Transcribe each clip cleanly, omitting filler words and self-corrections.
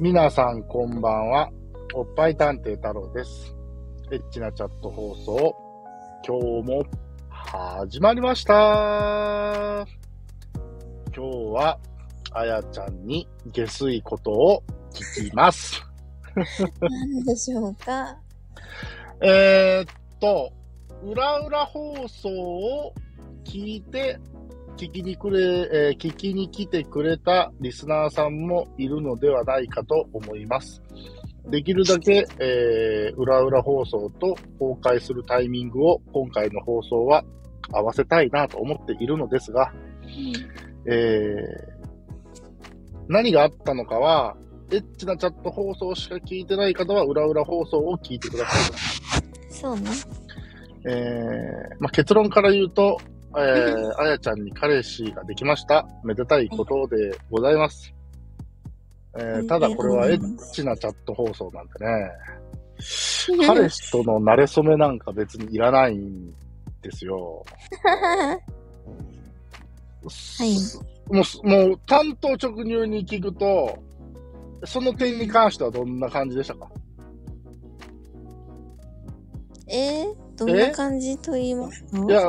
皆さんこんばんは。おっぱい探偵太郎です。エッチなチャット放送、今日も始まりました。今日はあやちゃんに下水ことを聞きます。 何でしょうか。 裏裏放送を聞きに来てくれたリスナーさんもいるのではないかと思います。できるだけ、裏裏放送と公開するタイミングを今回の放送は合わせたいなと思っているのですが、何があったのかは、エッチなチャット放送しか聞いてない方は裏裏放送を聞いてください。 そうね。 結論から言うと、あやちゃんに彼氏ができました。めでたいことでございます。ただこれはエッチなチャット放送なんでね、彼氏との馴れ初めなんか別にいらないんですよ。 はい。 もう単刀直入に聞くと、その点に関してはどんな感じでしたか？ どんな感じと言いますか？ いや、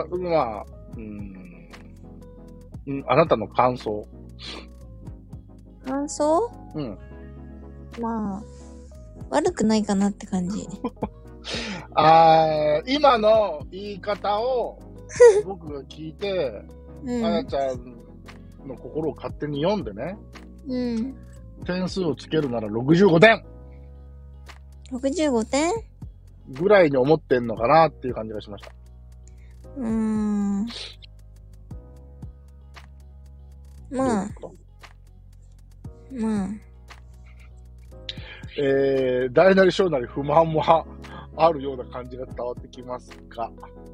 あなたの感想。 感想？ うん。 まあ、悪くないかなって感じ。 今の言い方を僕が聞いて、あやちゃんの心を勝手に読んでね、点数をつけるなら65点。 65点ぐらいに思ってんのかなっていう感じがしました。 まあ。 大なり小なり不満もあるような感じが伝わってきますが、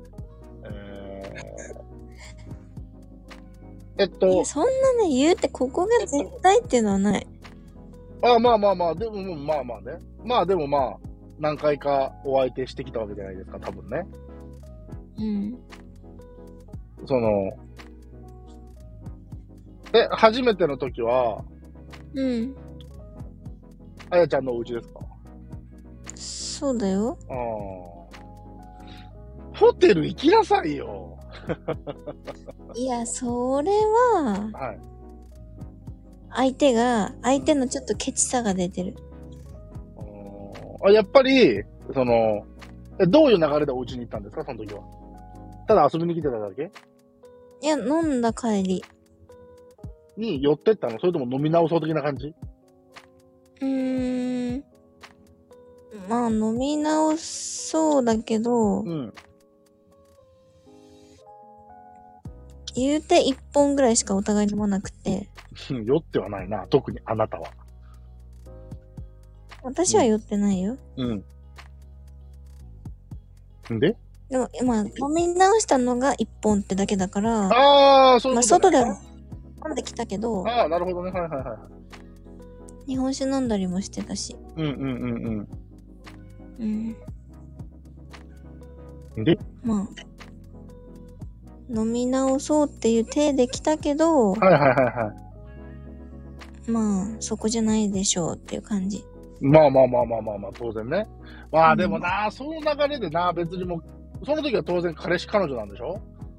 そんなね、言うてここが絶対っていうのはない。 でもまあね。でも何回かお相手してきたわけじゃないですか、多分ね。初めての時は、あやちゃんのお家ですか？ そうだよ。 ホテル行きなさいよ。 いや、それは、相手のちょっとケチさが出てる。 やっぱり、どういう流れでお家に行ったんですか、その時は。ただ遊びに来てただけ？ いや、飲んだ帰り。 に寄ってったの？それとも飲み直そう的な感じ？ まあ、飲み直そうだけど、言うて1本ぐらいしかお互い飲まなくて。 酔ってはないな、特にあなたは。 私は酔ってないよ。 でも、飲み直したのが1本ってだけだから、 そういうことね。 外で飲んできたけど、 なるほどね。 日本酒飲んだりもしてたし。 で飲み直そうっていう体で来たけど、そこじゃないでしょうっていう感じ。 当然ね。でもな、その流れでな、別にもう、その時は当然彼氏彼女なんでしょ？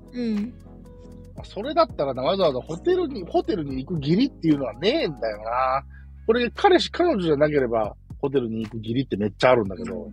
それだったらな、わざわざホテルに行く義理っていうのはねえんだよな。これ彼氏彼女じゃなければ、ホテルに行く義理ってめっちゃあるんだけど。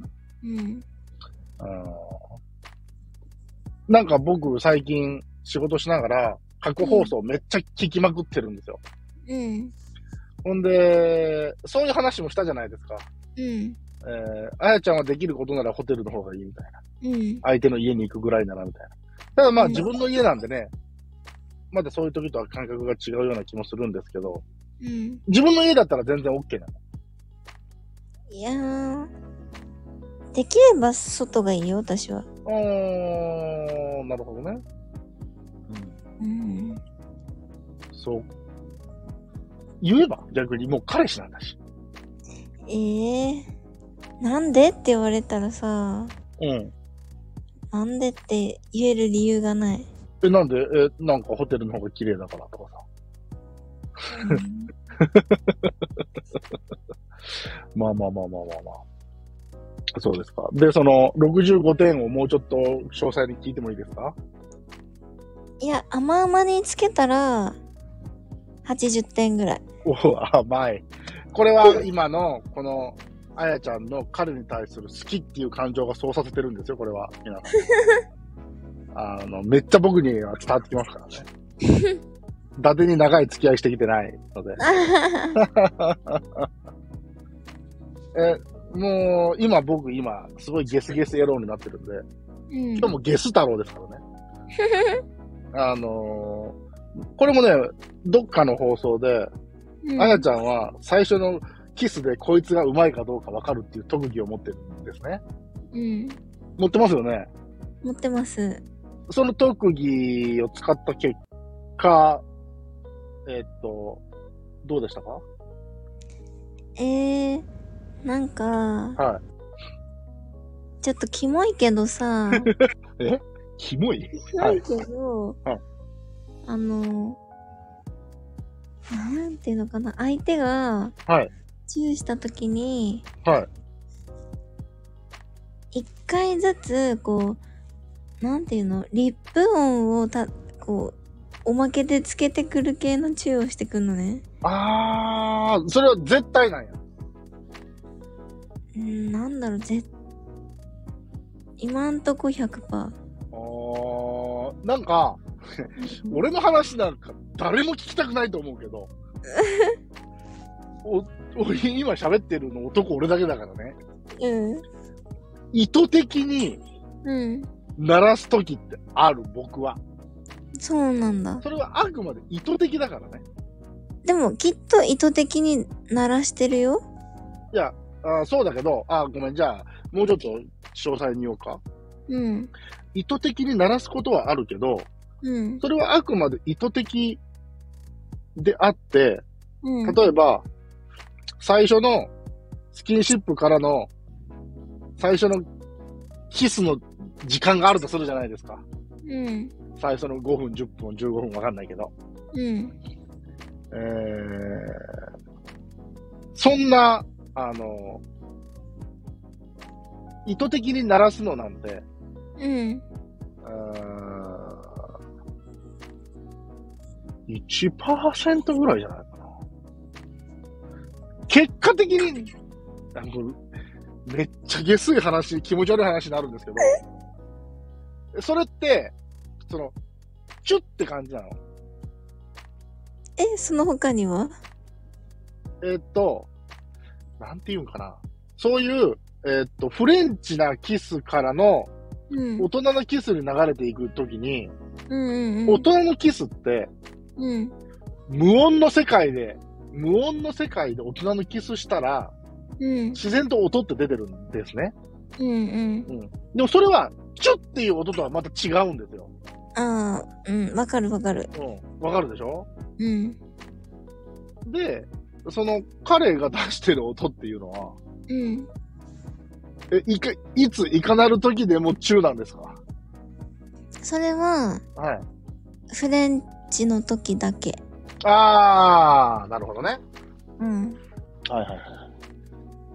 なんか僕最近仕事しながら過去放送めっちゃ聞きまくってるんですよ。ほんで、そういう話もしたじゃないですか。あやちゃんはできることならホテルの方がいいみたいな。相手の家に行くぐらいならみたいな。ただ自分の家なんでね、まだそういう時とは感覚が違うような気もするんですけど、自分の家だったら全然 OK なの。 いやー、できれば外がいいよ、私は。 なるほどね。そう。言えば逆にもう彼氏なんだし。 なんでって言われたらさ、なんでって言える理由がない。 なんでなんかホテルの方が綺麗だからとかさ。 まあまあまあまあまあまあ。そうですか。で、その65点をもうちょっと詳細に聞いてもいいですか？ いや、甘々につけたら、80点ぐらい。 おお、甘い。これは今の、この、あやちゃんの彼に対する好きっていう感情がそうさせてるんですよ、これは。皆さん。めっちゃ僕には伝わってきますからね。伊達に長い付き合いしてきてないので。もう、今、すごいゲスゲス野郎になってるんで、今日もゲス太郎ですからね。これもね、どっかの放送で、あやちゃんは最初のキスでこいつがうまいかどうかわかるっていう特技を持ってるんですね。持ってますよね。 持ってます。 その特技を使った結果、どうでしたか？ なんか、 はい。 ちょっとキモいけどさ。 キモい？ キモいけど、 はい、 なんていうのかな、相手が、チューしたときに、一回ずつ、こう、なんていうの、リップ音をこう、おまけでつけてくる系のチューをしてくんのね。 それは絶対なんや。 なんだろう、今んとこ 100%。 なんか、俺の話なんか誰も聞きたくないと思うけど、今喋ってるの男俺だけだからね。意図的に、鳴らすときってある、僕は。 そうなんだ。 それはあくまで意図的だからね。 でも、きっと意図的に鳴らしてるよ。 いや、そうだけど、ごめん、じゃあ、もうちょっと詳細に言おうか。意図的に鳴らすことはあるけど、それはあくまで意図的であって、例えば、最初のスキンシップからの最初のキスの時間があるとするじゃないですか。最初の5分、10分、15分わかんないけど。そんな、意図的に鳴らすのなんて、1% ぐらいじゃないかな。結果的に、めっちゃ下水話、気持ち悪い話になるんですけど、それって、チュッって感じなの？ その他には？ なんて言うんかな。そういう、フレンチなキスからの、大人のキスに流れていくときに、大人のキスって、無音の世界で大人のキスしたら、自然と音って出てるんですね。でもそれは、チュッっていう音とはまた違うんですよ。 わかるわかる。 わかるでしょ？で、その彼が出してる音っていうのは、いついかなる時でもチューなんですか？ それは、フレンチの時だけ。 なるほどね。はいはいはい。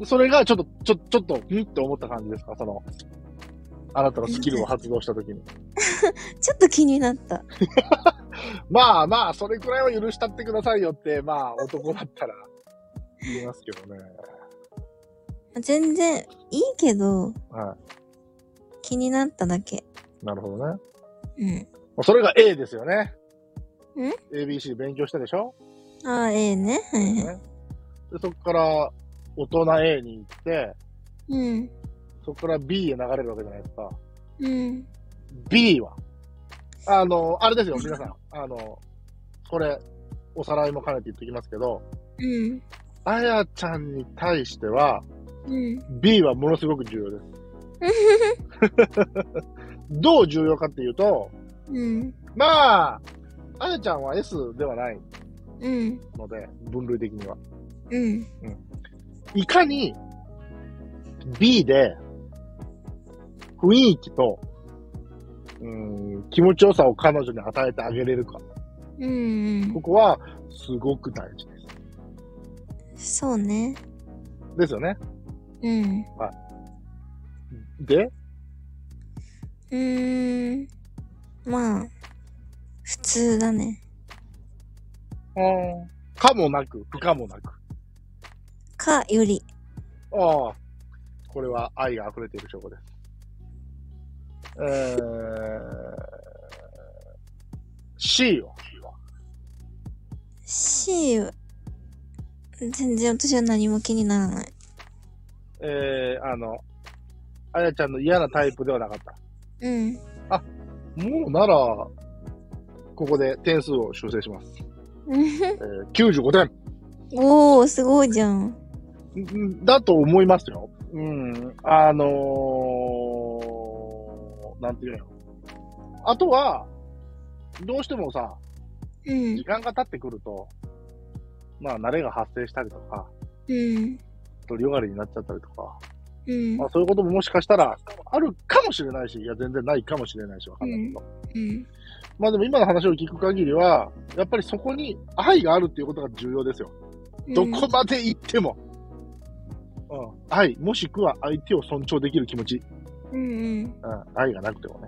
それがちょっと、って思った感じですか？あなたのスキルを発動した時に。 ちょっと気になった。 まあ、それくらいは許したってくださいよって、男だったら言いますけどね。 全然いいけど、気になっただけ。 なるほどね。それが A ですよね。ABC 勉強したでしょ？ A ね。 で、そこから大人 A に行って、そこから B へ流れるわけじゃないですか。B は、あれですよ、皆さん。これ、おさらいも兼ねて言っておきますけど、あやちゃんに対しては、B はものすごく重要です。どう重要かっていうと、あやちゃんは S ではないので、分類的には。いかに B で雰囲気と、気持ちよさを彼女に与えてあげれるか。ここはすごく大事です。 そうね。 ですよね。 うん。 はい。でまあ、普通だね。 かもなく、不可もなく。 かより。 ああ。これは愛が溢れている証拠です。C よ。 C は、全然私は何も気にならない。 あやちゃんの嫌なタイプではなかった。 うん。 あ、もうなら、ここで点数を修正します。95点。 おー、すごいじゃん。 だと思いますよ。うん。なんていうの。あとは、どうしてもさ、時間が経ってくると、まあ、慣れが発生したりとか、独りよがりになっちゃったりとか、まあ、そういうことももしかしたらあるかもしれないし、いや、全然ないかもしれないし、わかんないけど。まあでも今の話を聞く限りは、やっぱりそこに愛があるっていうことが重要ですよ。どこまで行っても。愛、もしくは相手を尊重できる気持ち。愛がなくてもね。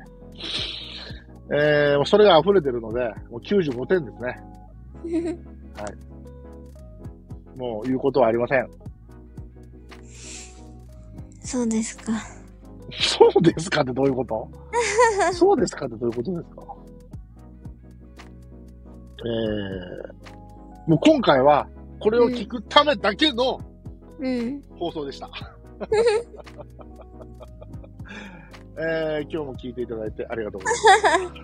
それが溢れてるので、もう95点ですね。はい。もう言うことはありません。 そうですか。 そうですかってどういうことそうですかってどういうことですか。もう今回はこれを聞くためだけの放送でした。今日も聞いていただいてありがとうございます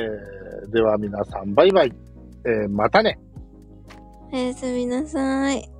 。では皆さんバイバイ。またね。 おやすみなさい。